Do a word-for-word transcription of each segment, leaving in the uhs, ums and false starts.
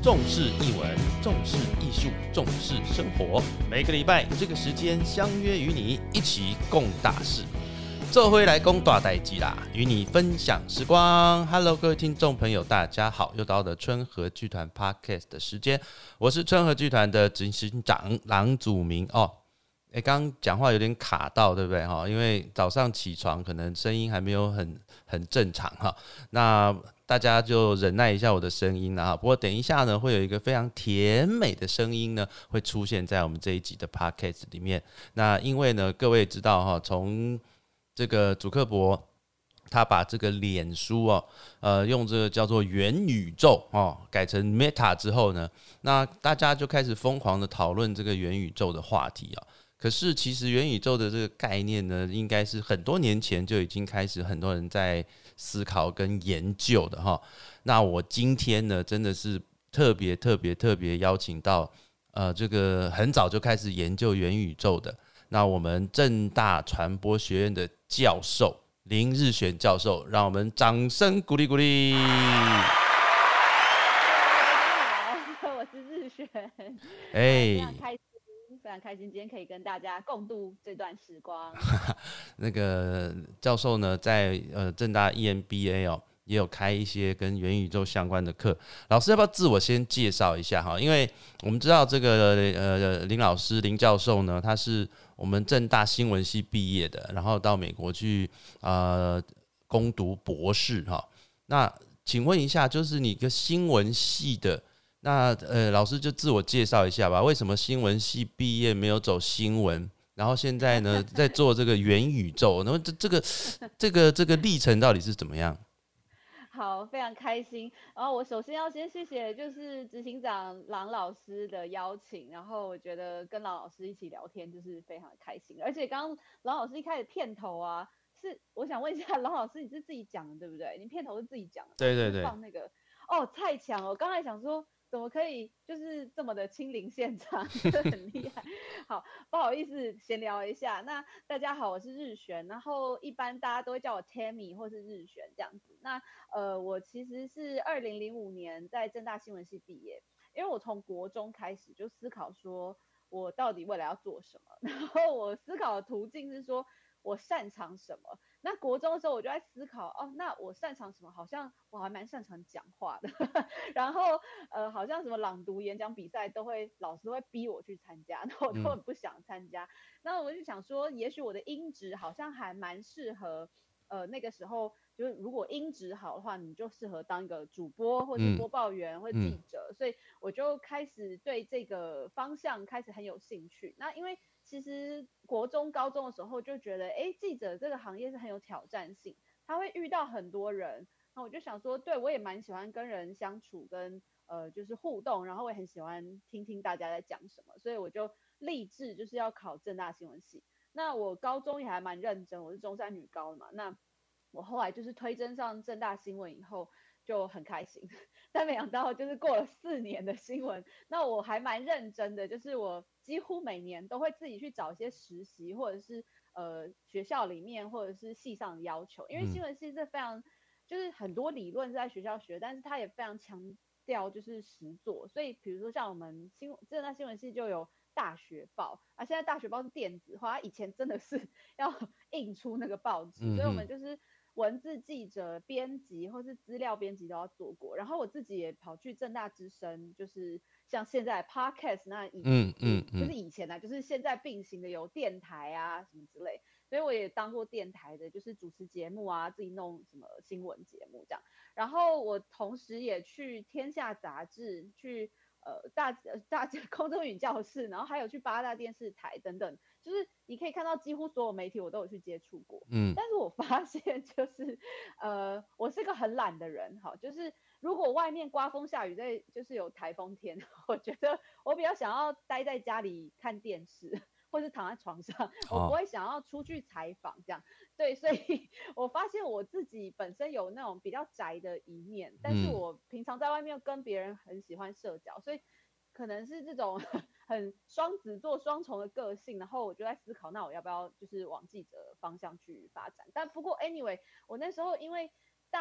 重视艺文，重视艺术，重视生活。每个礼拜这个时间相约与你一起共大事，这回来攻大代志啦，与你分享时光。Hello， 各位听众朋友，大家好，又到了春和剧团 Podcast 的时间，我是春和剧团的执行长郎祖明哦。哎，刚刚讲话有点卡到，对不对哈？因为早上起床可能声音还没有很很正常哈，那大家就忍耐一下我的声音啦。不过等一下呢，会有一个非常甜美的声音呢，会出现在我们这一集的 podcast 里面。那因为呢，各位知道哈，从这个祖克伯他把这个脸书哦，呃，用这个叫做元宇宙哦，改成 Meta 之后呢，那大家就开始疯狂的讨论这个元宇宙的话题啊。可是其实元宇宙的这个概念呢，应该是很多年前就已经开始很多人在思考跟研究的哈。那我今天呢，真的是特别特别特别邀请到呃这个很早就开始研究元宇宙的，那我们政大传播学院的教授林日璇教授，让我们掌声鼓励鼓励。 好，我是日璇， 哎， 非常开心。非常开心，今天可以跟大家共度这段时光。 那个教授呢，在呃政大 E M B A 哦，也有开一些跟元宇宙相关的课。老师要不要自我先介绍一下哈？因为我们知道这个呃林老师林教授呢，他是我们政大新闻系毕业的，然后到美国去呃攻读博士哈。那请问一下，就是你个新闻系的。那呃，老师就自我介绍一下吧。为什么新闻系毕业没有走新闻，然后现在呢在做这个元宇宙？那么这这个这个这个历程到底是怎么样？ 好，非常开心。然后我首先要先谢谢就是执行长郎老师的邀请，然后我觉得跟郎老师一起聊天就是非常的开心。而且刚刚郎老师一开始片头啊，是我想问一下郎老师，你是自己讲的对不对？你片头是自己讲的， 对对对， 就是放那个哦，太强了！我刚才想说。怎么可以就是这么的亲临现场，真的很厉害。好，不好意思，闲聊一下。那大家好，我是日璇，然后一般大家都会叫我 Tammy 或是日璇这样子。那呃，我其实是二零零五年在政大新闻系毕业，因为我从国中开始就思考说，我到底未来要做什么。然后我思考的途径是说，我擅长什么。那国中的时候我就在思考，哦，那我擅长什么？好像我还蛮擅长讲话的，然后呃，好像什么朗读演讲比赛都会老师会逼我去参加，那我都很不想参加。那、嗯、我就想说，也许我的音质好像还蛮适合，呃，那个时候就是如果音质好的话，你就适合当一个主播或是播报员、嗯、或者记者、嗯，所以我就开始对这个方向开始很有兴趣。那因为其实国中、高中的时候就觉得，哎，记者这个行业是很有挑战性，他会遇到很多人。那我就想说，对我也蛮喜欢跟人相处，跟呃就是互动，然后我也很喜欢听听大家在讲什么，所以我就立志就是要考政大新闻系。那我高中也还蛮认真，我是中山女高的嘛，那我后来就是推甄上政大新闻以后就很开心，但没想到就是过了四年的新闻，那我还蛮认真的，就是我几乎每年都会自己去找一些实习，或者是呃学校里面或者是系上的要求，因为新闻系是非常就是很多理论是在学校学，但是它也非常强调就是实作，所以比如说像我们新政大新闻系就有大学报啊，现在大学报是电子化，以前真的是要印出那个报纸，嗯、所以我们就是文字记者、编辑或是资料编辑都要做过。然后我自己也跑去政大之声，就是像现在 podcast 那以嗯嗯嗯，不是以前呢、啊，就是现在并行的有电台啊什么之类。所以我也当过电台的，就是主持节目啊，自己弄什么新闻节目这样。然后我同时也去天下杂志去。呃，大大空中语教室，然后还有去八大电视台等等，就是你可以看到几乎所有媒体我都有去接触过。嗯，但是我发现就是，呃，我是个很懒的人，好，就是如果外面刮风下雨，在就是有台风天，我觉得我比较想要待在家里看电视。或是躺在床上，我不会想要出去采访这样。对，所以我发现我自己本身有那种比较宅的一面，但是我平常在外面跟别人很喜欢社交，所以可能是这种很双子座双重的个性，然后我就在思考，那我要不要就是往记者方向去发展？但不过 anyway， 我那时候因为大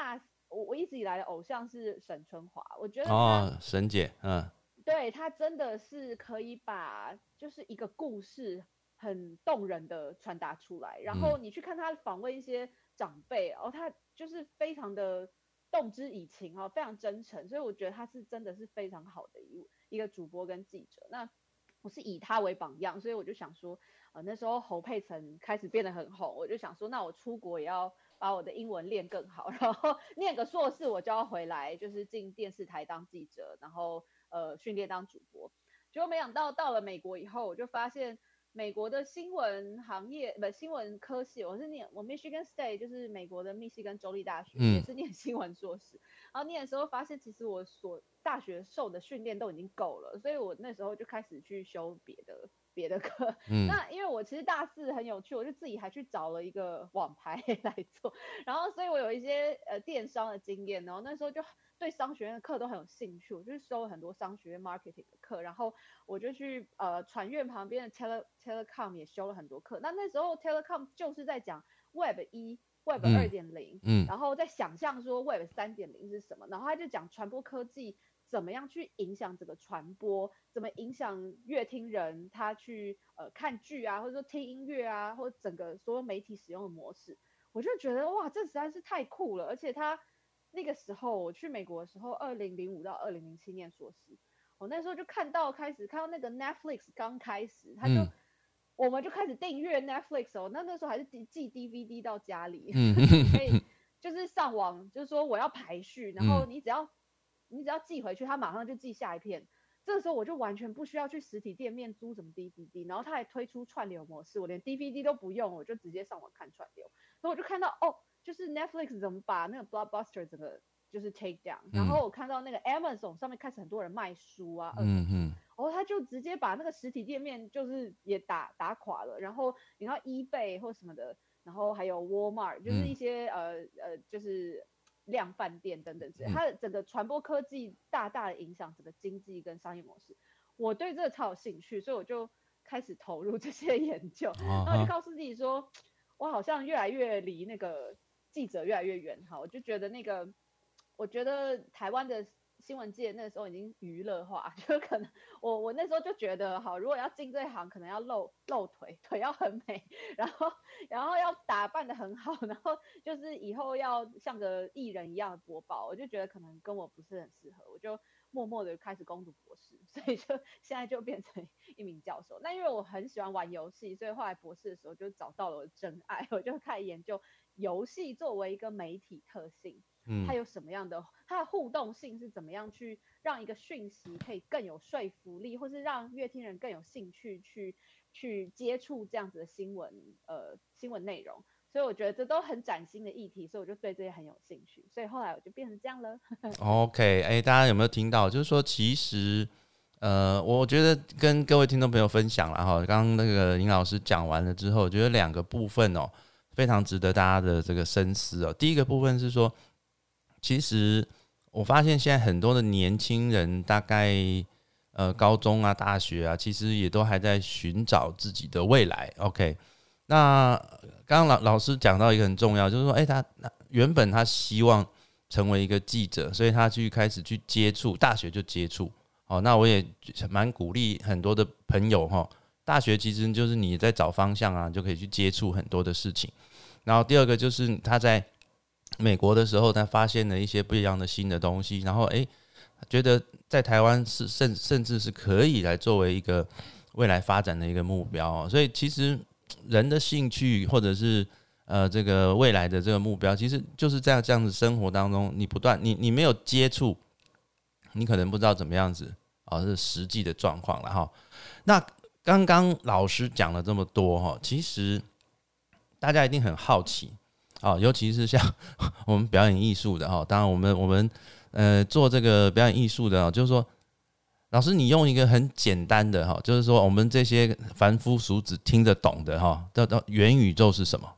我我一直以来的偶像是沈春华，我觉得哦，沈姐，嗯， 对他真的是可以把就是一个故事很动人的传达出来，然后你去看他访问一些长辈，哦，他就是非常的动之以情哦，非常真诚，所以我觉得他是真的是非常好的一一个主播跟记者。那我是以他为榜样，所以我就想说，呃，那时候侯佩岑开始变得很红，我就想说，那我出国也要把我的英文练更好，然后念个硕士，我就要回来，就是进电视台当记者，然后呃训练当主播。结果没想到到了美国以后，我就发现美国的新闻行业不新闻科系，我是念我 Michigan State 就是美国的密西根州立大学，嗯、也是念新闻硕士。然后念的时候发现，其实我所大学受的训练都已经够了，所以我那时候就开始去修别的别的课。嗯、那因为我其实大四很有趣，我就自己还去找了一个网拍来做，然后所以我有一些呃电商的经验，然后那时候就对商学院的课都很有兴趣，我就修了很多商学院 marketing 的课，然后我就去呃传院旁边的 tele telecom 也修了很多课。那那时候 telecom 就是在讲 Web 一。Web 二点零，嗯，然后在想象说 Web 三点零是什么，然后他就讲传播科技怎么样去影响这个传播，怎么影响乐听人他去呃看剧啊，或者说听音乐啊，或者整个所有媒体使用的模式，我就觉得哇，这实在是太酷了。而且他那个时候我去美国的时候，二零零五到二零零七念硕士，我那时候就看到开始看到那个 Netflix 刚开始，他就。嗯我们就开始订阅 Netflix 哦，那那时候还是寄 D V D 到家里，嗯、你可以就是上网，就是说我要排序，然后你只要、嗯、你只要寄回去，他马上就寄下一片。这个时候我就完全不需要去实体店面租什么 D V D， 然后他还推出串流模式，我连 D V D 都不用，我就直接上网看串流。所以我就看到哦，就是 Netflix 怎么把那个 Blockbuster 整个就是 take down，、嗯、然后我看到那个 Amazon 上面开始很多人卖书啊，嗯嗯。然后他就直接把那个实体店面就是也打打垮了，然后你看 eBay 或什么的，然后还有 Walmart， 就是一些、嗯、呃呃就是量贩店等等之类，它的整个传播科技大大的影响整个经济跟商业模式。我对这个超有兴趣，所以我就开始投入这些研究，然后我就告诉自己说，我好像越来越离那个记者越来越远哈，我就觉得那个，我觉得台湾的。新闻界那时候已经娱乐化，就可能我我那时候就觉得，好，如果要进这一行，可能要露露腿，腿要很美，然后然后要打扮得很好，然后就是以后要像个艺人一样的播报，我就觉得可能跟我不是很适合，我就默默的开始攻读博士，所以就现在就变成一名教授。那因为我很喜欢玩游戏，所以后来博士的时候就找到了我的真爱，我就开始研究游戏作为一个媒体特性。它有什么样的，它的互动性是怎么样去让一个讯息可以更有说服力，或是让乐听人更有兴趣去去接触这样子的新闻呃新闻内容，所以我觉得这都很崭新的议题，所以我就对这些很有兴趣，所以后来我就变成这样了。 OK， 哎、欸，大家有没有听到？就是说，其实呃，我觉得跟各位听众朋友分享了哈，刚刚那个林老师讲完了之后，我觉得两个部分哦，非常值得大家的这个深思哦。第一个部分是说。其实我发现现在很多的年轻人，大概呃高中啊、大学啊，其实也都还在寻找自己的未来。OK， 那刚刚老老师讲到一个很重要，就是说，哎、欸，他原本他希望成为一个记者，所以他去开始去接触，大学就接触。哦，那我也蛮鼓励很多的朋友哈，大学其实就是你在找方向啊，就可以去接触很多的事情。然后第二个就是他在美国的时候，他发现了一些不一样的新的东西，然后哎，觉得在台湾是甚甚至是可以来作为一个未来发展的一个目标。所以其实人的兴趣或者是呃这个未来的这个目标，其实就是在这样子生活当中，你不断你你没有接触，你可能不知道怎么样子啊，是实际的状况了哈。那刚刚老师讲了这么多哈，其实大家一定很好奇。哦，尤其是像我们表演艺术的哈，当然我们我们呃做这个表演艺术的，就是说，老师你用一个很简单的哈，就是说我们这些凡夫俗子听得懂的哈，叫叫元宇宙是什么？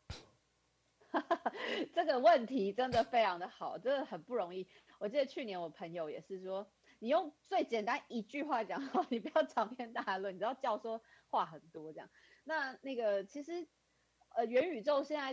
这个问题真的非常的好，真的很不容易。我记得去年我朋友也是说，你用最简单一句话讲好，你不要长篇大论，你知道教授话很多这样。那那个其实呃元宇宙现在。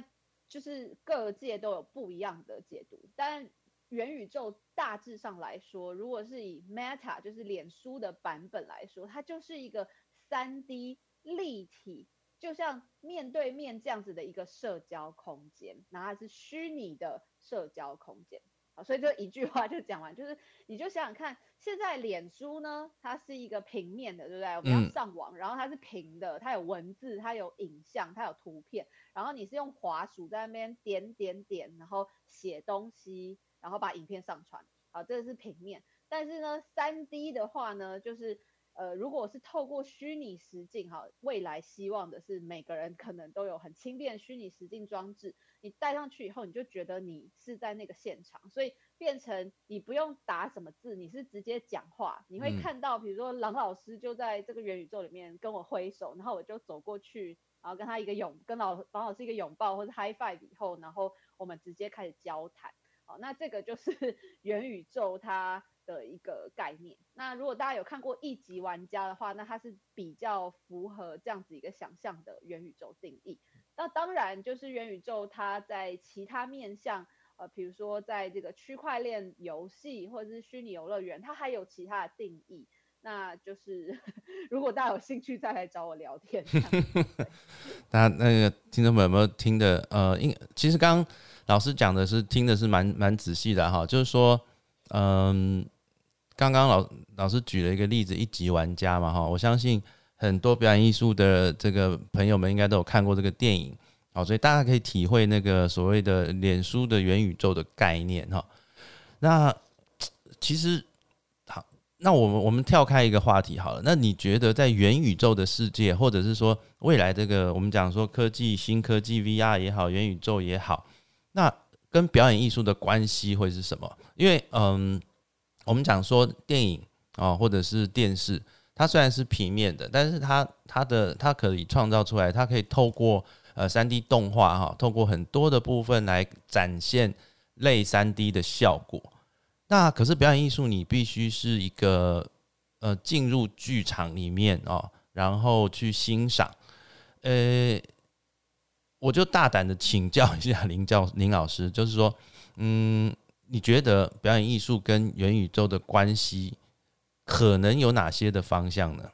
就是各界都有不一样的解读，但元宇宙大致上来说，如果是以 Meta 就是脸书的版本来说，它就是一个 三 D 立体，就像面对面这样子的一个社交空间，然后它是虚拟的社交空间。所以这一句话就讲完，就是你就想想看，现在脸书呢，它是一个平面的，对不对？我们要上网，嗯、然后它是平的，它有文字，它有影像，它有图片，然后你是用滑鼠在那边点点点，然后写东西，然后把影片上传，好，这个是平面。但是呢，三 D 的话呢，就是呃，如果是透过虚拟实境，哈，未来希望的是每个人可能都有很轻便虚拟实境装置，你戴上去以后，你就觉得你是在那个现场，所以变成你不用打什么字，你是直接讲话，你会看到，比如说郎老师就在这个元宇宙里面跟我挥手，然后我就走过去，然后跟他一个拥，跟老郎老师一个拥抱或者 high five 以后，然后我们直接开始交谈。好，那这个就是元宇宙它的一个概念。那如果大家有看过一级玩家的话，那它是比较符合这样子一个想象的元宇宙定义。那当然就是元宇宙它在其他面向，呃，比如说在这个区块链游戏或者是虚拟游乐园，它还有其他的定义。那就是如果大家有兴趣再来找我聊天。 大家那个听众朋友有没有听的？呃，其实刚刚老师讲的是听的是蛮蛮仔细的哈，就是说，嗯，刚刚老老师举了一个例子，一级玩家嘛哈，我相信很多表演艺术的这个朋友们应该都有看过这个电影，好，所以大家可以体会那个所谓的脸书的元宇宙的概念哈。那其实好，那我们我们跳开一个话题好了，那你觉得在元宇宙的世界，或者是说未来这个我们讲说科技新科技 V R 也好，元宇宙也好，那跟表演艺术的关系会是什么？因为嗯，我们讲说电影啊、哦，或者是电视，它虽然是平面的，但是它它的它可以创造出来，它可以透过呃 三 D 动画哈、哦，透过很多的部分来展现类 三 D 的效果。那可是表演艺术，你必须是一个呃进入剧场里面哦，然后去欣赏。呃，我就大胆的请教一下林教林老师，就是说，嗯，你觉得表演艺术跟元宇宙的关系可能有哪些的方向呢？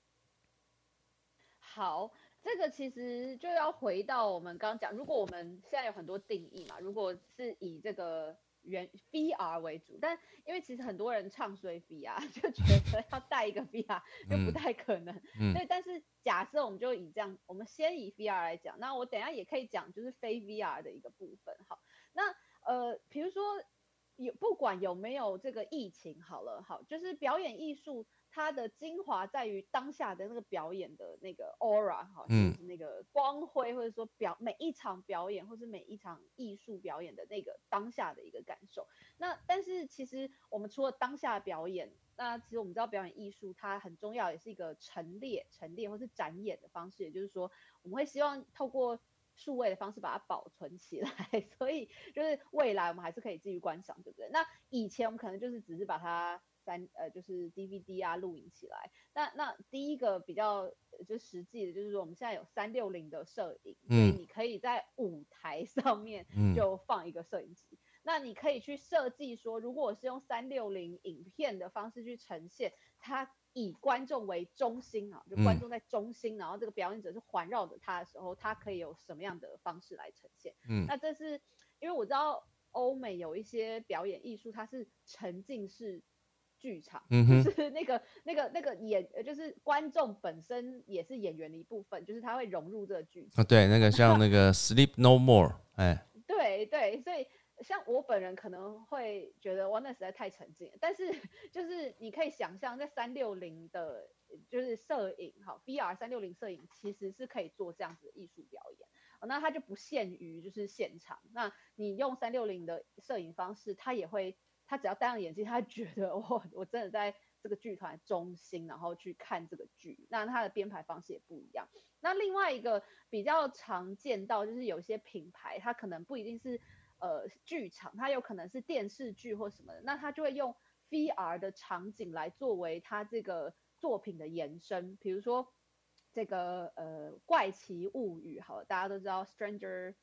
好，这个其实就要回到我们刚刚讲，如果我们现在有很多定义嘛，如果是以这个原 V R 为主，但因为其实很多人唱衰 V R， 就觉得要带一个 V R 就不太可能。嗯嗯、对，但是假设我们就以这样，我们先以 V R 来讲，那我等一下也可以讲就是非 V R 的一个部分。好，那呃，比如说有不管有没有这个疫情，好了，好，就是表演艺术。它的精华在于当下的那个表演的那个 aura 哈，就是那个光辉，或者说表每一场表演，或是每一场艺术表演的那个当下的一个感受。那但是其实我们除了当下表演，那其实我们知道表演艺术它很重要，也是一个陈列、陈列或是展演的方式，也就是说我们会希望透过数位的方式把它保存起来，所以就是未来我们还是可以继续观赏，对不对？那以前我们可能就是只是把它三呃就是 D V D 啊录影起来。那那第一个比较就实际的就是说我们现在有三六零的摄影，所以你可以在舞台上面就放一个摄影机。嗯、那你可以去设计说，如果我是用三六零影片的方式去呈现，它以观众为中心啊，就观众在中心，嗯、然后这个表演者是环绕着他的时候，他可以有什么样的方式来呈现？嗯，那这是因为我知道欧美有一些表演艺术，它是沉浸式剧场，嗯、就是那个那个那个演，就是观众本身也是演员的一部分，就是他会融入这个剧情。 哦，对，那个像那个 Sleep No More， 哎， 对对，所以像我本人可能会觉得哇，那实在太沉浸了。但是就是你可以想象，在三六零的，就是摄影，好 V R 三六零摄影其实是可以做这样子的艺术表演。那它就不限于就是现场，那你用三六零的摄影方式，它也会。他只要戴上眼镜，他觉得我我真的在这个剧团中心，然后去看这个剧。那他的编排方式也不一样。那另外一个比较常见到就是有些品牌，它可能不一定是呃剧场，它有可能是电视剧或什么的，那它就会用 V R 的场景来作为它这个作品的延伸。比如说这个呃怪奇物语，好了，大家都知道 Stranger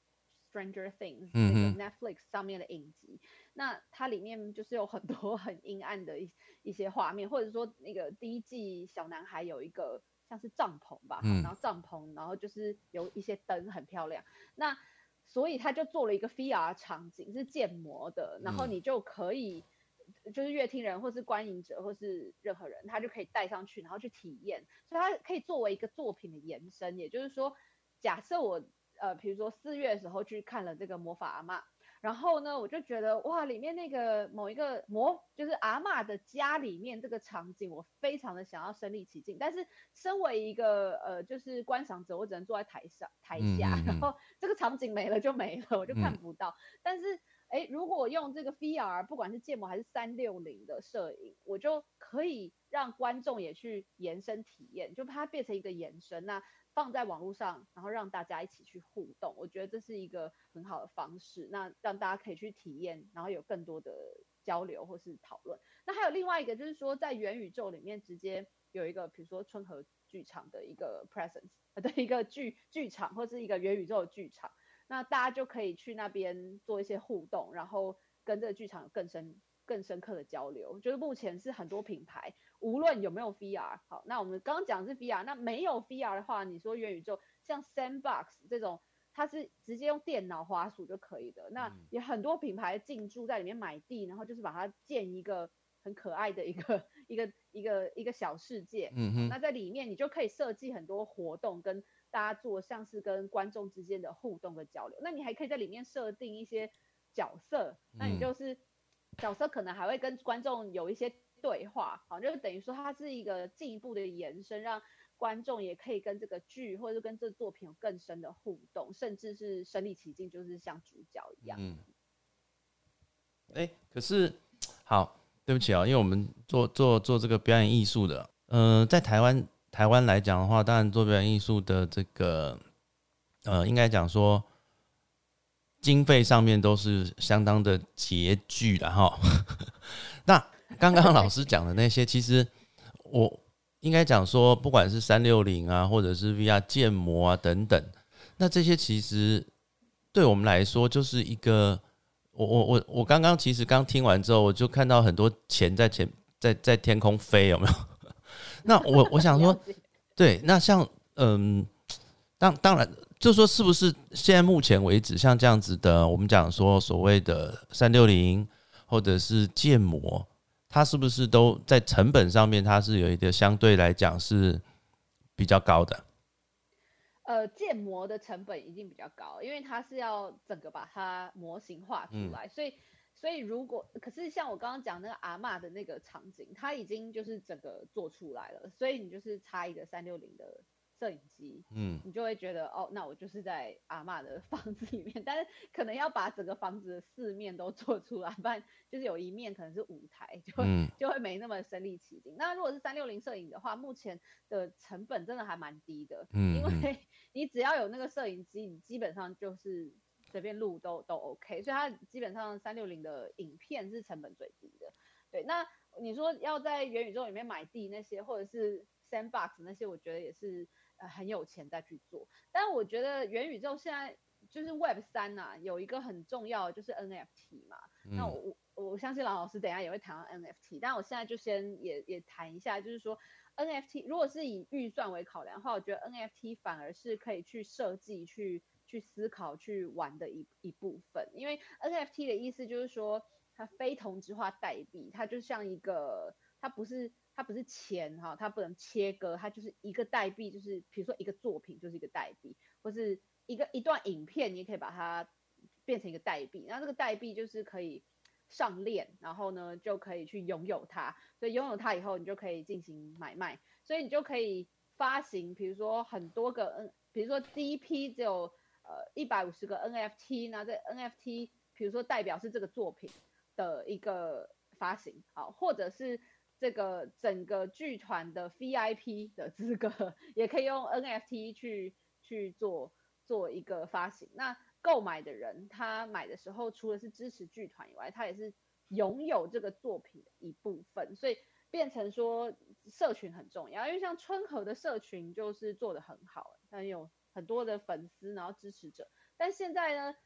Stranger Things 嗯那个 Netflix 上面的影集，那它里面就是有很多很阴暗的一一些画面，或者说那个第一季小男孩有一个像是帐篷吧，好， 嗯然后帐篷，然后就是有一些灯很漂亮，那所以他就做了一个 V R 场景，是建模的，然后嗯你就可以。就是乐听人或是观影者或是任何人，他就可以带上去，然后去体验，所以它可以作为一个作品的延伸。也就是说，假设我呃，比如说四月的时候去看了这个魔法阿嬷，然后呢，我就觉得哇，里面那个某一个魔，就是阿嬷的家里面这个场景，我非常的想要身临其境。但是身为一个呃，就是观赏者，我只能坐在台上台下， 嗯嗯嗯然后这个场景没了就没了，我就看嗯不到。但是哎，如果用这个 V R，不管是建模还是三六零的摄影，我就可以让观众也去延伸体验，就把它变成一个延伸，那放在网络上，然后让大家一起去互动，我觉得这是一个很好的方式，那让大家可以去体验，然后有更多的交流或是讨论。那还有另外一个就是说，在元宇宙里面直接有一个，比如说春和剧场的一个 presence 的一个剧剧场，或是一个元宇宙的剧场。那大家就可以去那边做一些互动，然后跟这个剧场有更深更深刻的交流。就是目前是很多品牌，无论有没有 V R， 好，那我们刚刚讲的是 V R， 那没有 V R 的话，你说元宇宙像 Sandbox 这种，它是直接用电脑滑鼠就可以的。那也很多品牌进驻在里面买地，然后就是把它建一个很可爱的一个一个一个一个小世界。 嗯哼， 那在里面你就可以设计很多活动跟大家做像是跟观众之间的互动的交流，那你还可以在里面设定一些角色，那你就是角色可能还会跟观众有一些对话，好，就等于说它是一个进一步的延伸，让观众也可以跟这个剧或者是跟这作品有更深的互动，甚至是身临其境，就是像主角一样。 嗯，哎，可是好，对不起啊、哦，因为我们做做做这个表演艺术的，呃，在台湾台湾来讲的话，当然做表演艺术的这个，呃，应该讲说经费上面都是相当的拮据了哈。那刚刚老师讲的那些，其实我应该讲说，不管是三六零啊，或者是 V R 建模啊等等，那这些其实对我们来说就是一个。我我我我刚刚其实刚听完之后，我就看到很多钱在前在在天空飞，有没有？那我我想说，对，那像嗯，当当然，就说是不是现在目前为止，像这样子的，我们讲说所谓的三六零或者是建模，它是不是都在成本上面，它是有一个相对来讲是比较高的？ 呃，建模的成本一定比较高，因为它是要整个把它模型化出来，嗯、所以所以如果可是像我刚刚讲那个阿嬷的那个场景，它已经就是整个做出来了，所以你就是插一个三六零的摄影机，嗯，你就会觉得哦，那我就是在阿嬷的房子里面，但是可能要把整个房子的四面都做出来，不然就是有一面可能是舞台，就会、嗯、就会没那么身临其境。那如果是三六零摄影的话，目前的成本真的还蛮低的，嗯，因为你只要有那个摄影机，你基本上就是随便录都都 OK， 所以它基本上三六零的影片是成本最低的。对，那你说要在元宇宙里面买地那些，或者是 Sandbox 那些，我觉得也是呃很有钱再去做。但我觉得元宇宙现在就是 Web 三啊，有一个很重要的就是 N F T 嘛。嗯、那我我相信郎老师等一下也会谈到 N F T， 但我现在就先也也谈一下，就是说 N F T 如果是以预算为考量的话，我觉得 N F T 反而是可以去设计、去去思考、去玩的一一部分，因为 N F T 的意思就是说。它非同质化代币，它就像一个，它不是它不是钱哈，它不能切割，它就是一个代币，就是比如说一个作品就是一个代币，或是一个一段影片，你也可以把它变成一个代币，那这个代币就是可以上链，然后呢就可以去拥有它，所以拥有它以后，你就可以进行买卖，所以你就可以发行，比如说很多个 N， 比如说第一批只有呃一百五十个 N F T， 那这 N F T 比如说代表是这个作品。的一个发行，好，或者是这个整个剧团的 V I P 的资格，也可以用 N F T 去去做做一个发行。那购买的人，他买的时候，除了是支持剧团以外，他也是拥有这个作品的一部分，所以变成说社群很重要。因为像春和的社群就是做得很好，但有很多的粉丝，然后支持者。但现在呢？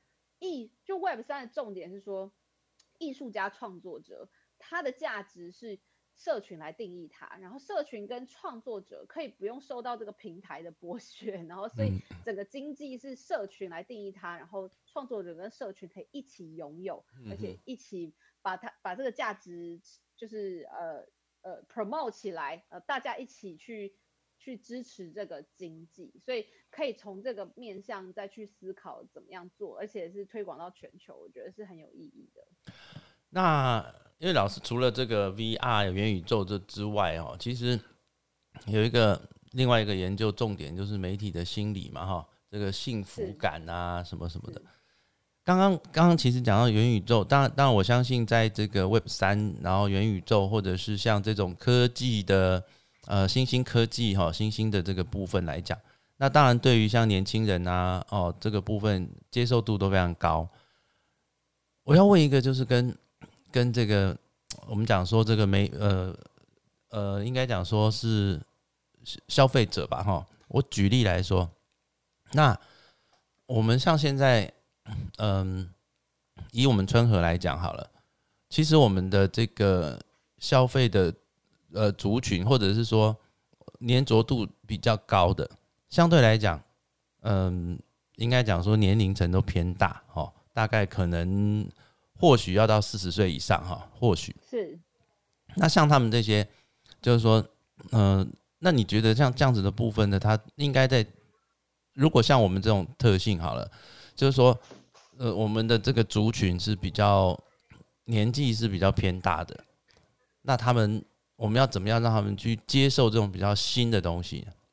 艺就 Web 三的重点是说，艺术家创作者他的价值是社群来定义它，然后社群跟创作者可以不用受到这个平台的剥削，然后所以整个经济是社群来定义它，然后创作者跟社群可以一起拥有，而且一起把它把这个价值就是呃呃 promote 起来，呃大家一起去去支持这个经济，所以可以从这个面向再去思考怎么样做，而且是推广到全球，我觉得是很有意义的。 那因为老师除了这个 V R 元宇宙这之外哦，其实有一个另外一个研究重点就是媒体的心理嘛哈，这个幸福感啊什么什么的。刚刚刚刚其实讲到元宇宙，当然当然我相信在这个 Web 三，然后元宇宙或者是像这种科技的呃新兴科技哈新兴的这个部分来讲，那当然对于像年轻人啊哦这个部分接受度都非常高。我要问一个就是跟跟这个我们讲说这个没呃呃，应该讲说是消费者吧哈。我举例来说，那我们像现在，嗯，以我们春和来讲好了，其实我们的这个消费的呃族群，或者是说粘着度比较高的，相对来讲，嗯，应该讲说年龄层都偏大哦，大概可能。或许要到四十岁以上哈，或许是。 那像他们这些，就是说，嗯、呃，那你觉得像这样子的部分呢？它应该在如果像我们这种特性好了，就是说，呃，我们的这个族群是比较年纪是比较偏大的，那他们我们要怎么样让他们去接受这种比较新的东西呢？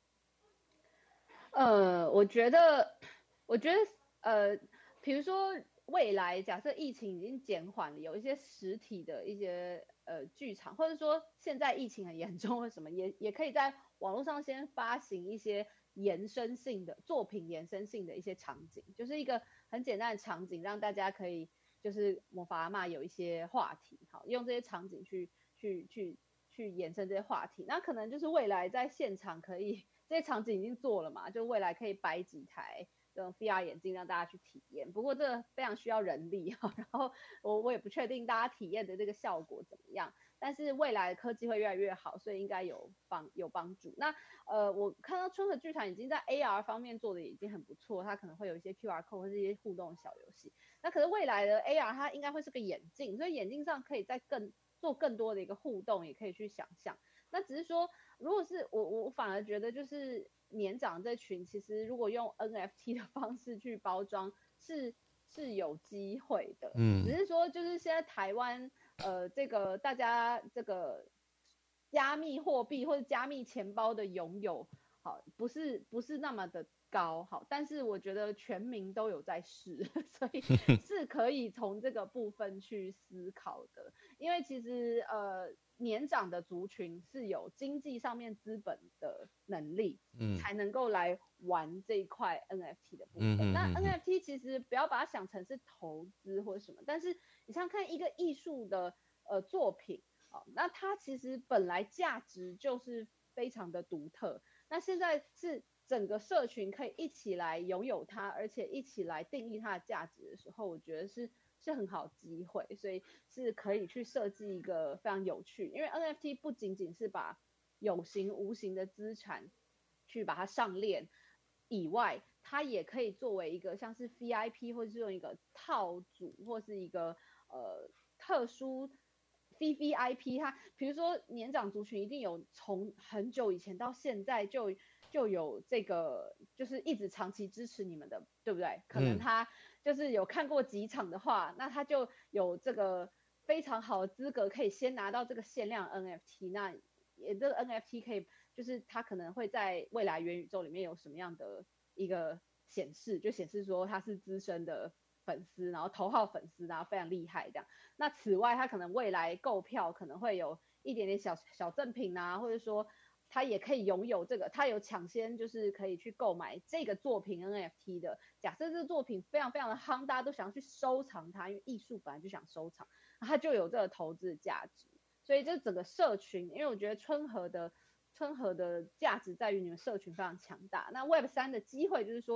呃，我觉得，我觉得，呃，比如说。未来假设疫情已经减缓了，有一些实体的一些呃剧场，或者说现在疫情很严重或什么，也也可以在网络上先发行一些延伸性的作品，延伸性的一些场景，就是一个很简单的场景，让大家可以就是魔法阿嬷有一些话题，好，用这些场景去去去去延伸这些话题。那可能就是未来在现场可以这些场景已经做了嘛，就未来可以摆几台。这种 V R 眼镜让大家去体验，不过这非常需要人力哈，然后我我也不确定大家体验的这个效果怎么样，但是未来的科技会越来越好，所以应该有帮有帮助。那呃，我看到春和剧团已经在 A R 方面做的已经很不错，它可能会有一些 Q R code 或是一些互动小游戏。那可是未来的 A R 它应该会是个眼镜，所以眼镜上可以再更做更多的一个互动，也可以去想象。那只是说，如果是我我反而觉得就是年长这群，其实如果用 N F T 的方式去包装，是是有机会的。嗯，只是说就是现在台湾呃这个大家这个加密货币或者加密钱包的拥有，好不是不是那么的高，好，但是我觉得全民都有在试，所以是可以从这个部分去思考的，因为其实呃。年长的族群是有经济上面资本的能力，嗯，才能够来玩这一块 N F T 的部分。嗯、哼哼哼那 N F T 其实不要把它想成是投资或什么，但是你想想看一个艺术的呃作品，哦，那它其实本来价值就是非常的独特。那现在是整个社群可以一起来拥有它，而且一起来定义它的价值的时候，我觉得是。是很好机会，所以是可以去设计一个非常有趣，因为 N F T 不仅仅是把有形无形的资产去把它上链以外，它也可以作为一个像是 V I P 或是用一个套组或是一个呃特殊 V V I P， 它比如说年长族群一定有从很久以前到现在就就有这个就是一直长期支持你们的，对不对？可能他。嗯就是有看过几场的话，那他就有这个非常好的资格，可以先拿到这个限量 N F T。那也这个 N F T 可以，就是他可能会在未来元宇宙里面有什么样的一个显示，就显示说他是资深的粉丝，然后头号粉丝，然后非常厉害这样。那此外，他可能未来购票可能会有一点点小小赠品啊，或者说。他也可以拥有这个，他有抢先就是可以去购买这个作品 N F T 的。假设这个作品非常非常的夯，大家都想要去收藏它，因为艺术本来就想收藏，它就有这个投资的价值。所以这整个社群，因为我觉得春和的春和的价值在于你们社群非常强大。那 Web 三的机会就是说，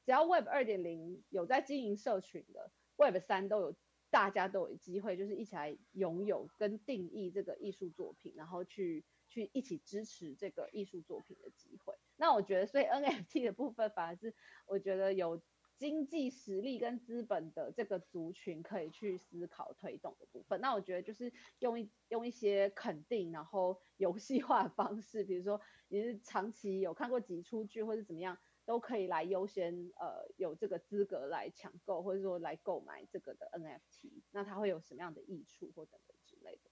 只要 Web 二点零 有在经营社群的 ，Web 三都有，大家都有机会，就是一起来拥有跟定义这个艺术作品，然后去去一起支持这个艺术作品的机会。那我觉得，所以 N F T 的部分反而是我觉得有经济实力跟资本的这个族群可以去思考推动的部分。那我觉得就是用一用一些肯定，然后游戏化的方式，比如说你是长期有看过几出剧或是怎么样，都可以来优先呃有这个资格来抢购，或者说来购买这个的 N F T。那它会有什么样的益处或等等之类的。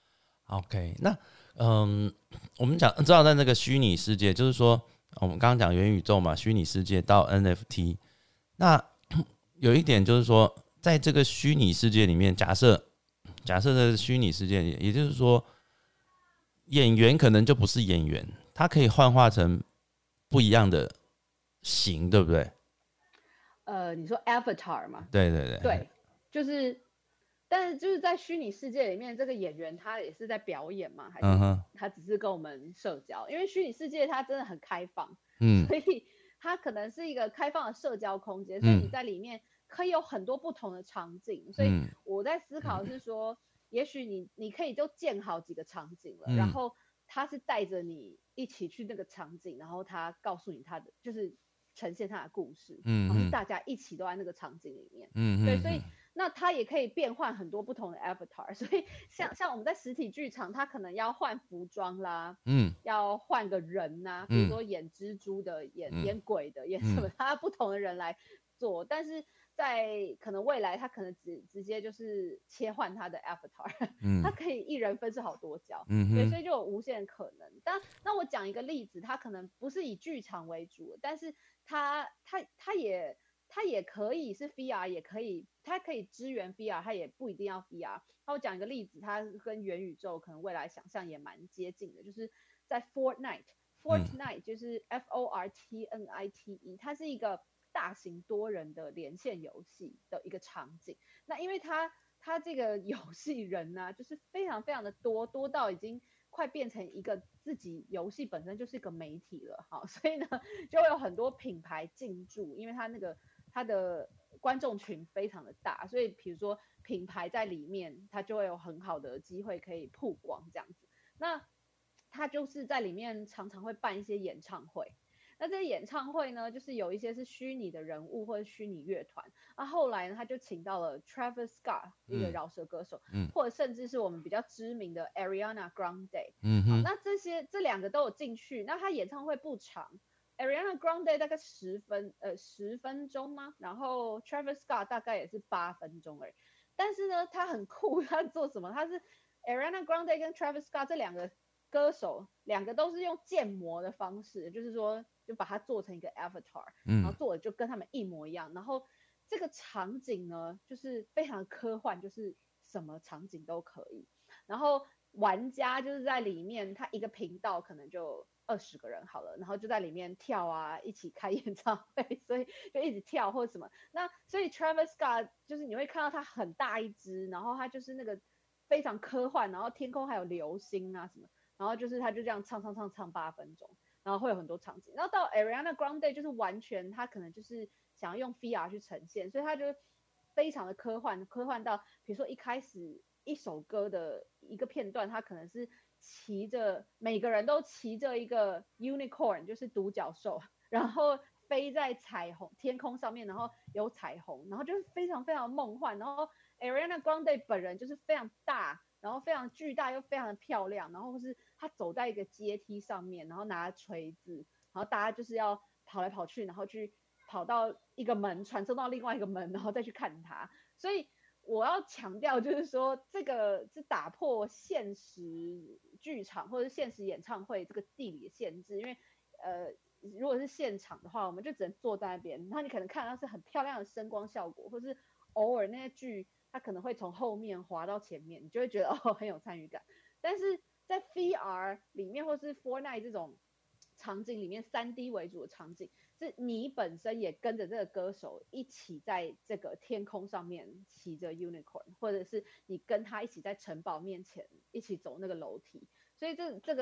OK， 那嗯，我们讲知道在那个虚拟世界，就是说我们刚刚讲元宇宙嘛，虚拟世界到 N F T， 那有一点就是说，在这个虚拟世界里面，假设假设的虚拟世界里，也就是说，演员可能就不是演员，他可以幻化成不一样的形，对不对？ 呃，你说 avatar 嘛？ 对对对， 对，就是。但是就是在虚拟世界里面，这个演员他也是在表演吗？还是他只是跟我们社交？因为虚拟世界它真的很开放，嗯，所以它可能是一个开放的社交空间，所以你在里面可以有很多不同的场景。所以我在思考是说，也许你你可以就建好几个场景了，然后他是带着你一起去那个场景，然后他告诉你他的就是呈现他的故事，嗯，然后是大家一起都在那个场景里面，嗯，对，所以。那它也可以变换很多不同的 avatar， 所以像像我们在实体剧场，它可能要换服装啦，嗯，要换个人呐、啊，比如说演蜘蛛的、演、嗯、演鬼的、演什么，它不同的人来做。但是在可能未来，它可能直直接就是切换它的 avatar，嗯，它可以一人分饰好多角，嗯，对，所以就有无限可能。但那我讲一个例子，它可能不是以剧场为主，但是它它它也。它也可以是 V R， 也可以，它可以支援 V R， 它也不一定要 V R。那我讲一个例子，它跟元宇宙可能未来想象也蛮接近的，就是在 Fortnite，Fortnite、嗯、就是 F O R T N I T E， 它是一个大型多人的连线游戏的一个场景。那因为它它这个游戏人呢、啊，就是非常非常的多，多到已经快变成一个自己游戏本身就是一个媒体了，好，所以呢，就会有很多品牌进驻，因为它那个。它的观众群非常的大，所以比如说品牌在里面，它就会有很好的机会可以曝光这样子。那它就是在里面常常会办一些演唱会，那这些演唱会呢，就是有一些是虚拟的人物或者虚拟乐团。那后来呢，他就请到了 Travis Scott 一个饶舌歌手，嗯，或者甚至是我们比较知名的 Ariana Grande，嗯，好，那这些这两个都有进去。那他演唱会不长。Ariana Grande 大概十分呃十分钟吗？然后 Travis Scott 大概也是八分钟而已。但是呢，他很酷，他做什么？他是 Ariana Grande 跟 Travis Scott 这两个歌手，两个都是用建模的方式，就是说就把它做成一个 avatar，然后做的就跟他们一模一样。然后这个场景呢，就是非常科幻，就是什么场景都可以。然后玩家就是在里面，他一个频道可能就二十个人好了，然后就在里面跳啊，一起开演唱会，所以就一直跳或什么。那所以 Travis Scott 就是你会看到他很大一只，然后他就是那个非常科幻，然后天空还有流星啊什么，然后就是他就这样唱唱唱唱八分钟，然后会有很多场景。然后到 Ariana Grande 就是完全他可能就是想要用 V R 去呈现，所以他就非常的科幻，科幻到比如说一开始一首歌的一个片段，他可能是骑着每个人都骑着一个 unicorn， 就是独角兽，然后飞在彩虹天空上面，然后有彩虹，然后就是非常非常梦幻。然后 Ariana Grande 本人就是非常大，然后非常巨大又非常的漂亮，然后是他走在一个阶梯上面，然后拿锤子，然后大家就是要跑来跑去，然后去跑到一个门传送到另外一个门，然后再去看他。所以我要强调就是说，这个是打破现实剧场或者现实演唱会这个地理的限制，因为呃，如果是现场的话，我们就只能坐在那边，然后你可能看到是很漂亮的声光效果，或是偶尔那些剧它可能会从后面滑到前面，你就会觉得哦很有参与感。但是在 V R 里面或是 Fortnite 这种场景里面 三 D 为主的场景，是你本身也跟着这个歌手一起在这个天空上面骑着 unicorn， 或者是你跟他一起在城堡面前一起走那个楼梯，所以这这个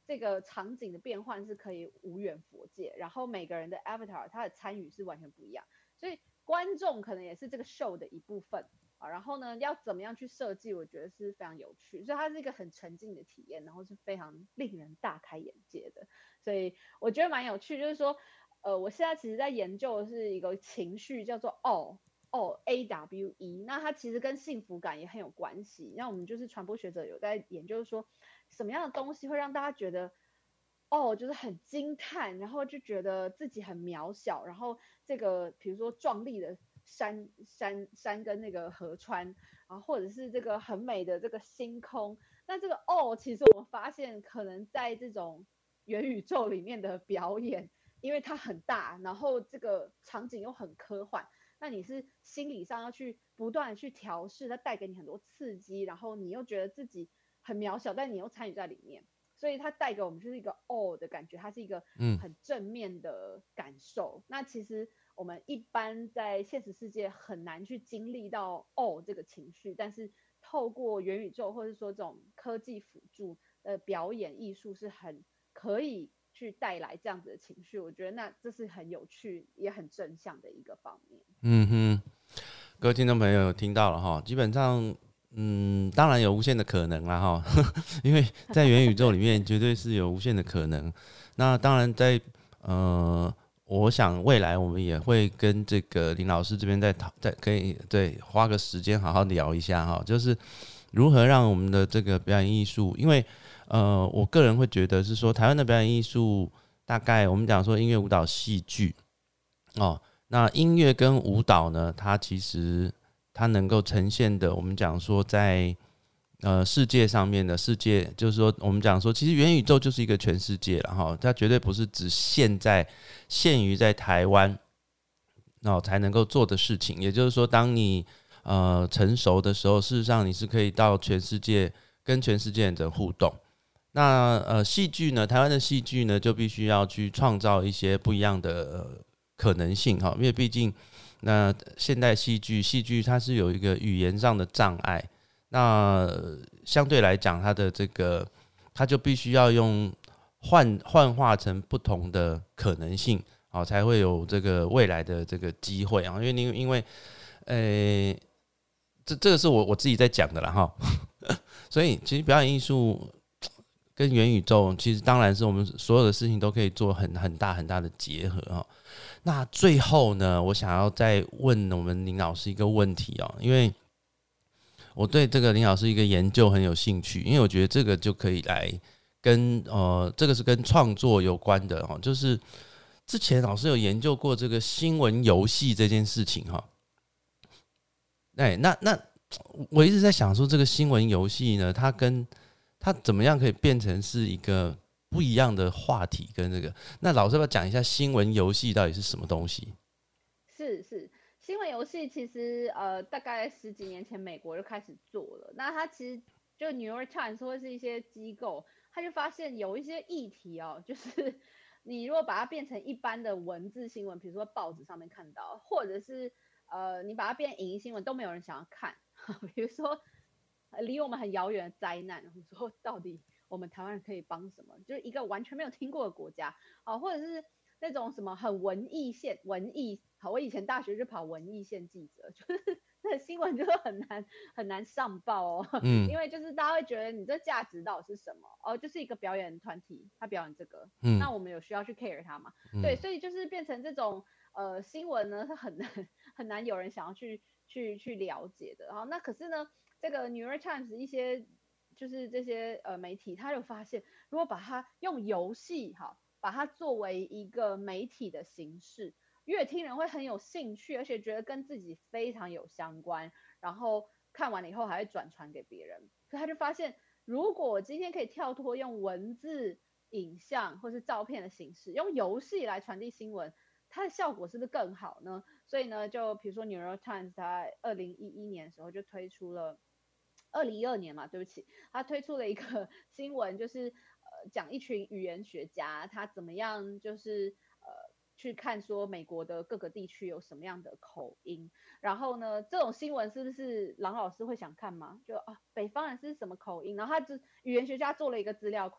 这个场景的变换是可以无远佛界，然后每个人的 avatar 他的参与是完全不一样，所以观众可能也是这个 show 的一部分啊。然后呢，要怎么样去设计，我觉得是非常有趣，所以它是一个很沉浸的体验，然后是非常令人大开眼界的，所以我觉得蛮有趣。就是说，呃，我现在其实在研究的是一个情绪，叫做 awe。哦 ，A W E， 那它其实跟幸福感也很有关系。那我们就是传播学者有在研究说，什么样的东西会让大家觉得，哦，就是很惊叹，然后就觉得自己很渺小，然后这个比如说壮丽的山山山跟那个河川，啊，或者是这个很美的这个星空，那这个哦，其实我们发现可能在这种元宇宙里面的表演，因为它很大，然后这个场景又很科幻。那你是心理上要去不断的去调试，它带给你很多刺激，然后你又觉得自己很渺小，但你又参与在里面，所以它带给我们就是一个哦的感觉，它是一个很正面的感受。嗯、那其实我们一般在现实世界很难去经历到哦这个情绪，但是透过元宇宙或者说这种科技辅助的表演艺术是很可以去带来这样子的情绪，我觉得那这是很有趣也很正向的一个方面。 嗯哼，各位听众朋友有听到了哈，基本上，嗯，当然有无限的可能啦哈，因为在元宇宙里面绝对是有无限的可能。那当然在呃，我想未来我们也会跟这个林老师这边再讨，再可以对花个时间好好聊一下哈，就是如何让我们的这个表演艺术，因为呃，我个人会觉得是说，台湾的表演艺术大概我们讲说音乐、舞蹈、戏剧哦，那音乐跟舞蹈呢，它其实它能够呈现的，我们讲说在呃世界上面的世界，就是说我们讲说，其实元宇宙就是一个全世界了哈，它绝对不是只限在限于在台湾哦才能够做的事情。也就是说，当你呃成熟的时候，事实上你是可以到全世界跟全世界人的互动。那呃，戏剧呢？台湾的戏剧呢，就必须要去创造一些不一样的、呃、可能性哈，因为毕竟那现代戏剧，戏剧它是有一个语言上的障碍，那、呃、相对来讲，它的这个它就必须要用幻幻化成不同的可能性，好才会有这个未来的这个机会啊。因为因因为呃，这这个是我我自己在讲的啦哈，所以其实表演艺术跟元宇宙，其实当然是我们所有的事情都可以做很很大很大的结合哦。那最后呢，我想要再问我们林老师一个问题哦，因为我对这个林老师一个研究很有兴趣，因为我觉得这个就可以来跟呃，这个是跟创作有关的哦，就是之前老师有研究过这个新闻游戏这件事情哈。哎，那那我一直在想说，这个新闻游戏呢，它跟它怎么样可以变成是一个不一样的话题？跟这个，那老师要不要讲一下新闻游戏到底是什么东西？ 是是，新闻游戏其实呃大概十几年前美国就开始做了，那它其实就 New York Times 或是一些机构，他就发现有一些议题哦，就是你如果把它变成一般的文字新闻，比如说报纸上面看到，或者是呃你把它变影音新闻，都没有人想要看，比如说。离我们很遥远的灾难，我说到底我们台湾人可以帮什么？就是一个完全没有听过的国家啊，或者是那种什么很文艺线文艺，好，我以前大学就跑文艺线记者，就是那新闻就很难很难上报哦，嗯，因为就是大家会觉得你这价值到底是什么？哦，就是一个表演团体，他表演这个，嗯，那我们有需要去 care 他吗？嗯、对，所以就是变成这种呃新闻呢，它很难很难有人想要去去去了解的。然后那可是呢？这个 New York Times 一些就是这些呃媒体，他有发现，如果把它用游戏哈，把它作为一个媒体的形式，阅听人会很有兴趣，而且觉得跟自己非常有相关，然后看完了以后还会转传给别人，所以他就发现，如果我今天可以跳脱用文字、影像或是照片的形式，用游戏来传递新闻。它的效果是不是更好呢？所以呢，就比如说 New York Times 它二零一一年的时候就推出了，二零一二年嘛，对不起，它推出了一个新闻，就是呃讲一群语言学家他怎么样，就是呃去看说美国的各个地区有什么样的口音，然后呢，这种新闻是不是郎老师会想看吗？就啊，北方人是什么口音？然后他就语言学家做了一个资料库，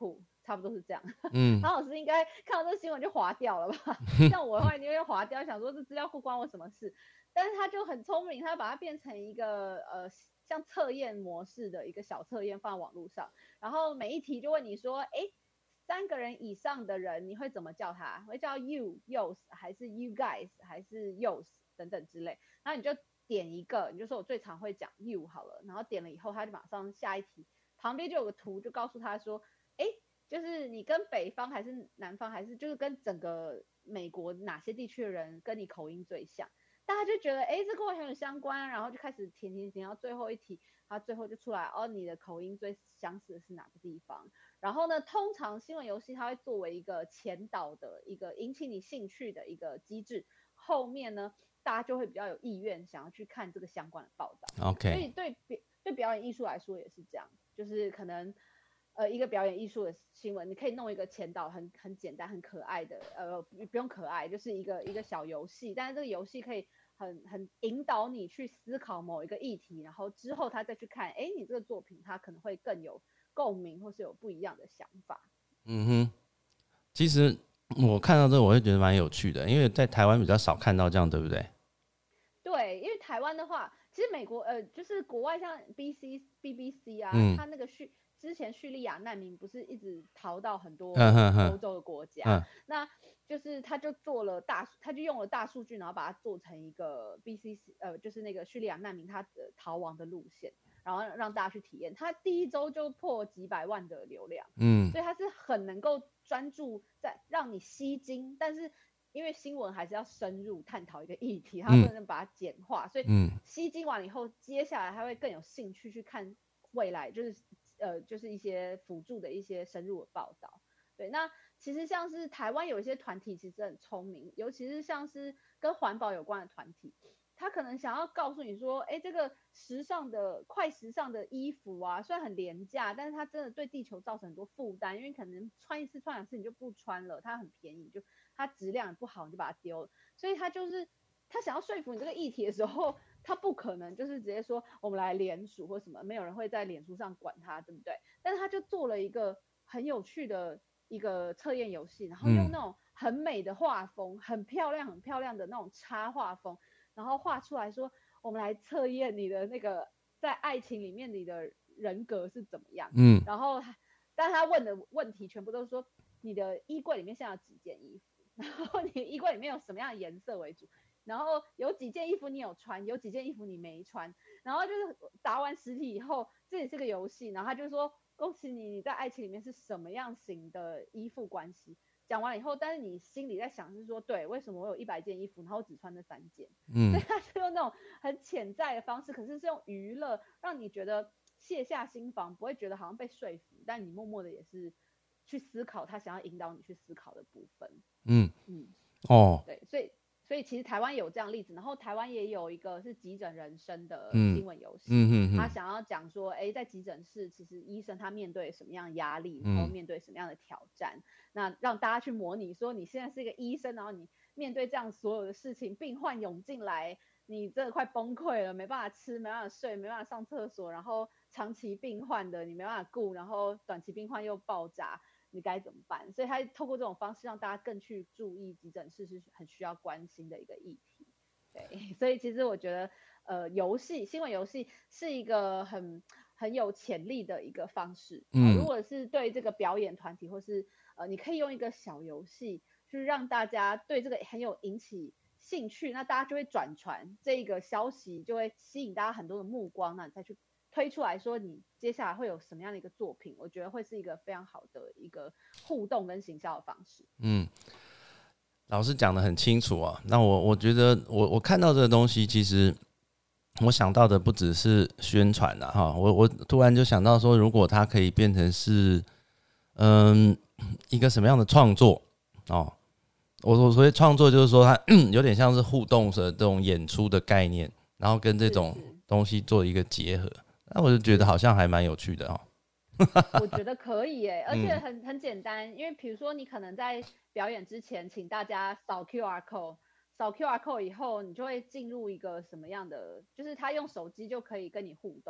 差不多是这样。 嗯， 唐老师应该看到这个新闻就划掉了吧？像我的话，一定会划掉，想说这资料库关我什么事？但是他就很聪明，他把它变成一个呃像测验模式的一个小测验放在网络上，然后每一题就问你说，哎，三个人以上的人你会怎么叫他？会叫 you yous 还是 you guys 还是 yous 等等之类，然后你就点一个，你就说我最常会讲 you 好了，然后点了以后，他就马上下一题，旁边就有个图，就告诉他说，哎，就是你跟北方还是南方，还是就是跟整个美国哪些地区的人跟你口音最像？大家就觉得，哎，这跟我很有相关，然后就开始填填填到最后一题，它最后就出来，哦，你的口音最相似的是哪个地方？然后呢，通常新闻游戏它会作为一个前导的一个引起你兴趣的一个机制，后面呢，大家就会比较有意愿想要去看这个相关的报道。 OK， 所以对对表演艺术来说也是这样，就是可能。呃，一个表演艺术的新闻，你可以弄一个前导很很简单、很可爱的，呃，不用可爱，就是一个一个小游戏，但是这个游戏可以很很引导你去思考某一个议题，然后之后他再去看，哎，你这个作品它可能会更有共鸣，或是有不一样的想法。 嗯哼，其实我看到这个我会觉得蛮有趣的，因为在台湾比较少看到这样，对不对？ 对，因为台湾的话，其实美国呃，就是国外像 B C B B C 啊， 嗯， 它那个叙之前叙利亚难民不是一直逃到很多嗯哼哼， 欧洲的国家， 嗯那就是他就做了大，他就用了大数据，然后把它做成一个 B C C 呃，就是那个叙利亚难民他的逃亡的路线，然后让大家去体验。他第一周就破几百万的流量， 嗯所以他是很能够专注在让你吸睛，但是。因为新闻还是要深入探讨一个议题，它不能把它简化，所以嗯吸睛完了以后，接下来他会更有兴趣去看未来，就是呃，就是一些辅助的一些深入的报道。对，那其实像是台湾有一些团体其实很聪明，尤其是像是跟环保有关的团体，他可能想要告诉你说，哎，这个时尚的快时尚的衣服啊，虽然很廉价，但是它真的对地球造成很多负担，因为可能穿一次穿两次你就不穿了，它很便宜，就它质量也不好，你就把它丢了。所以他就是他想要说服你这个议题的时候，他不可能就是直接说我们来联署或什么，没有人会在脸书上管他，对不对？但是他就做了一个很有趣的一个测验游戏，然后用那种很美的画风，很漂亮很漂亮的那种插画风。然后画出来说，我们来测验你的那个在爱情里面你的人格是怎么样。嗯，然后，但他问的问题全部都是说，你的衣柜里面现在有几件衣服，然后你衣柜里面有什么样的颜色为主，然后有几件衣服你有穿，有几件衣服你没穿，然后就是答完十题以后，这也是个游戏，然后他就说，恭喜你，你在爱情里面是什么样型的依附关系。讲完了以后，但是你心里在想是说，对，为什么我有一百件衣服，然后只穿那三件？嗯，所以他是用那种很潜在的方式，可是是用娱乐让你觉得卸下心防，不会觉得好像被说服，但你默默的也是去思考他想要引导你去思考的部分。嗯嗯，哦，对，所以所以其实台湾有这样例子，然后台湾也有一个是急诊人生的新闻游戏，嗯嗯嗯，他想要讲说，哎，在急诊室其实医生他面对什么样的压力，然后面对什么样的挑战，那让大家去模拟说你现在是一个医生，然后你面对这样所有的事情，病患涌进来，你真的快崩溃了，没办法吃，没办法睡，没办法上厕所，然后长期病患的你没办法顾，然后短期病患又爆炸。你该怎么办？所以他透过这种方式让大家更去注意急诊室是很需要关心的一个议题。对，所以其实我觉得，呃，游戏新闻游戏是一个很很有潜力的一个方式。嗯、呃，如果是对这个表演团体，或是呃，你可以用一个小游戏去让大家对这个很有引起兴趣，那大家就会转传这个消息，就会吸引大家很多的目光，那你再去推出来说你接下来会有什么样的一个作品，我觉得会是一个非常好的一个互动跟行销的方式。嗯， 老师讲得很清楚啊。那我我觉得我我看到这个东西，其实我想到的不只是宣传啦哈，我我突然就想到说，如果它可以变成是嗯一个什么样的创作哦，我我所谓创作就是说它有点像是互动的这种演出的概念，然后跟这种东西做一个结合。那我就觉得好像还蛮有趣的哦。 我觉得可以耶，而且很很简单，因为比如说你可能在表演之前，请大家扫 Q R code， 扫 Q R code 以后，你就会进入一个什么样的，就是他用手机就可以跟你互动。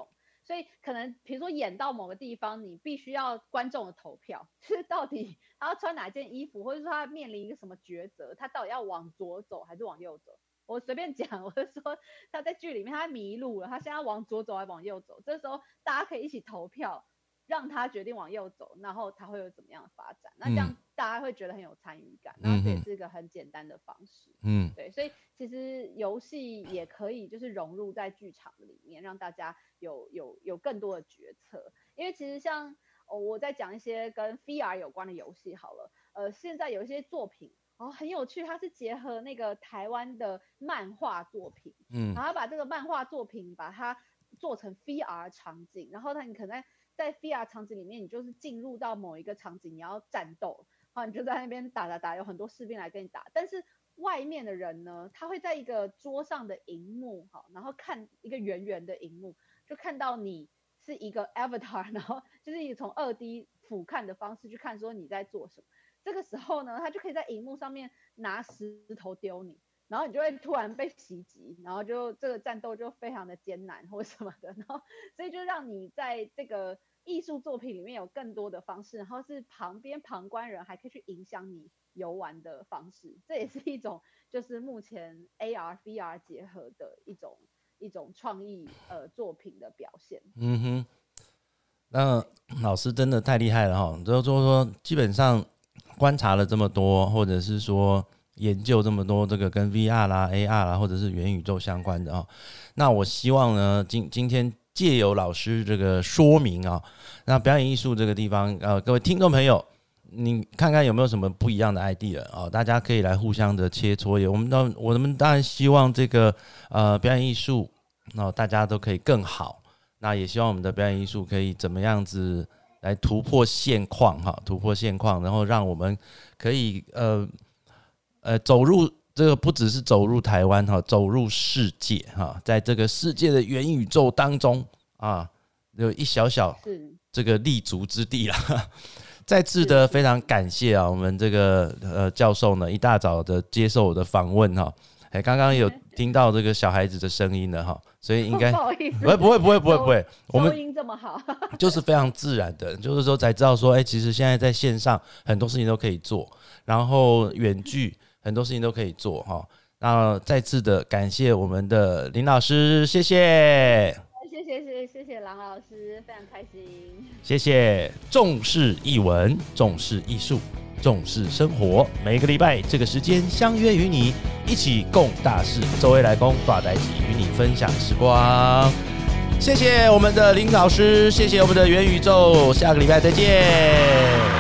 所以可能比如说演到某个地方，你必须要观众的投票，就是到底他要穿哪件衣服，或者说他面临一个什么抉择，他到底要往左走还是往右走。我随便讲，我就说他在剧里面他迷路了，他现在往左走还往右走，这时候大家可以一起投票，让他决定往右走，然后他会有怎么样的发展，那这样大家会觉得很有参与感，然后这也是一个很简单的方式。嗯，对，所以其实游戏也可以就是融入在剧场里面，让大家有有有更多的决策。因为其实像、哦、我在讲一些跟 V R 有关的游戏好了，呃，现在有一些作品哦，很有趣，它是结合那个台湾的漫画作品，嗯，然后把这个漫画作品把它做成 V R 场景，然后它你可能在 V R 场景里面，你就是进入到某一个场景，你要战斗，好，你就在那边打打打，有很多士兵来跟你打，但是外面的人呢，他会在一个桌上的萤幕，好，然后看一个圆圆的萤幕，就看到你是一个 avatar， 然后就是你从 二 D 俯瞰的方式去看说你在做什么。这个时候呢，他就可以在萤幕上面拿石头丢你，然后你就会突然被袭击，然后就这个战斗就非常的艰难或什么的，然后所以就让你在这个艺术作品里面有更多的方式，然后是旁边旁观人还可以去影响你游玩的方式，这也是一种就是目前 A R、V R 结合的一种一种创意呃作品的表现。 嗯哼，那老师真的太厉害了哈！就是说基本上观察了这么多，或者是说研究这么多这个跟 V R 啦、A R 啦，或者是元宇宙相关的哦。那我希望呢，今今天借由老师这个说明啊，那表演艺术这个地方，呃，各位听众朋友，你看看有没有什么不一样的 idea 啊、哦？大家可以来互相的切磋。也我们当我们当然希望这个呃表演艺术，那、哦、大家都可以更好。那也希望我们的表演艺术可以怎么样子来突破现况哈，突破现况，然后让我们可以呃呃走入这个不只是走入台湾哈，走入世界哈，在这个世界的元宇宙当中啊，有一小小这个立足之地啦。再次的非常感谢啊，我们这个呃教授呢一大早的接受我的访问哈。哎，刚刚有听到这个小孩子的声音了哈，所以应该不好意思， 不会不会不会不会不会， 我们收音这么好， 就是非常自然的，就是说才知道说，哎，其实现在在线上很多事情都可以做，然后远距很多事情都可以做哈。那再次的感谢我们的林老师，谢谢。 谢谢谢谢谢谢郎老师，非常开心。 谢谢，重视艺文，重视艺术，重视生活。每个礼拜这个时间相约与你，一起共大事。周围来公大代际，与你分享时光。谢谢我们的林老师，谢谢我们的元宇宙，下个礼拜再见。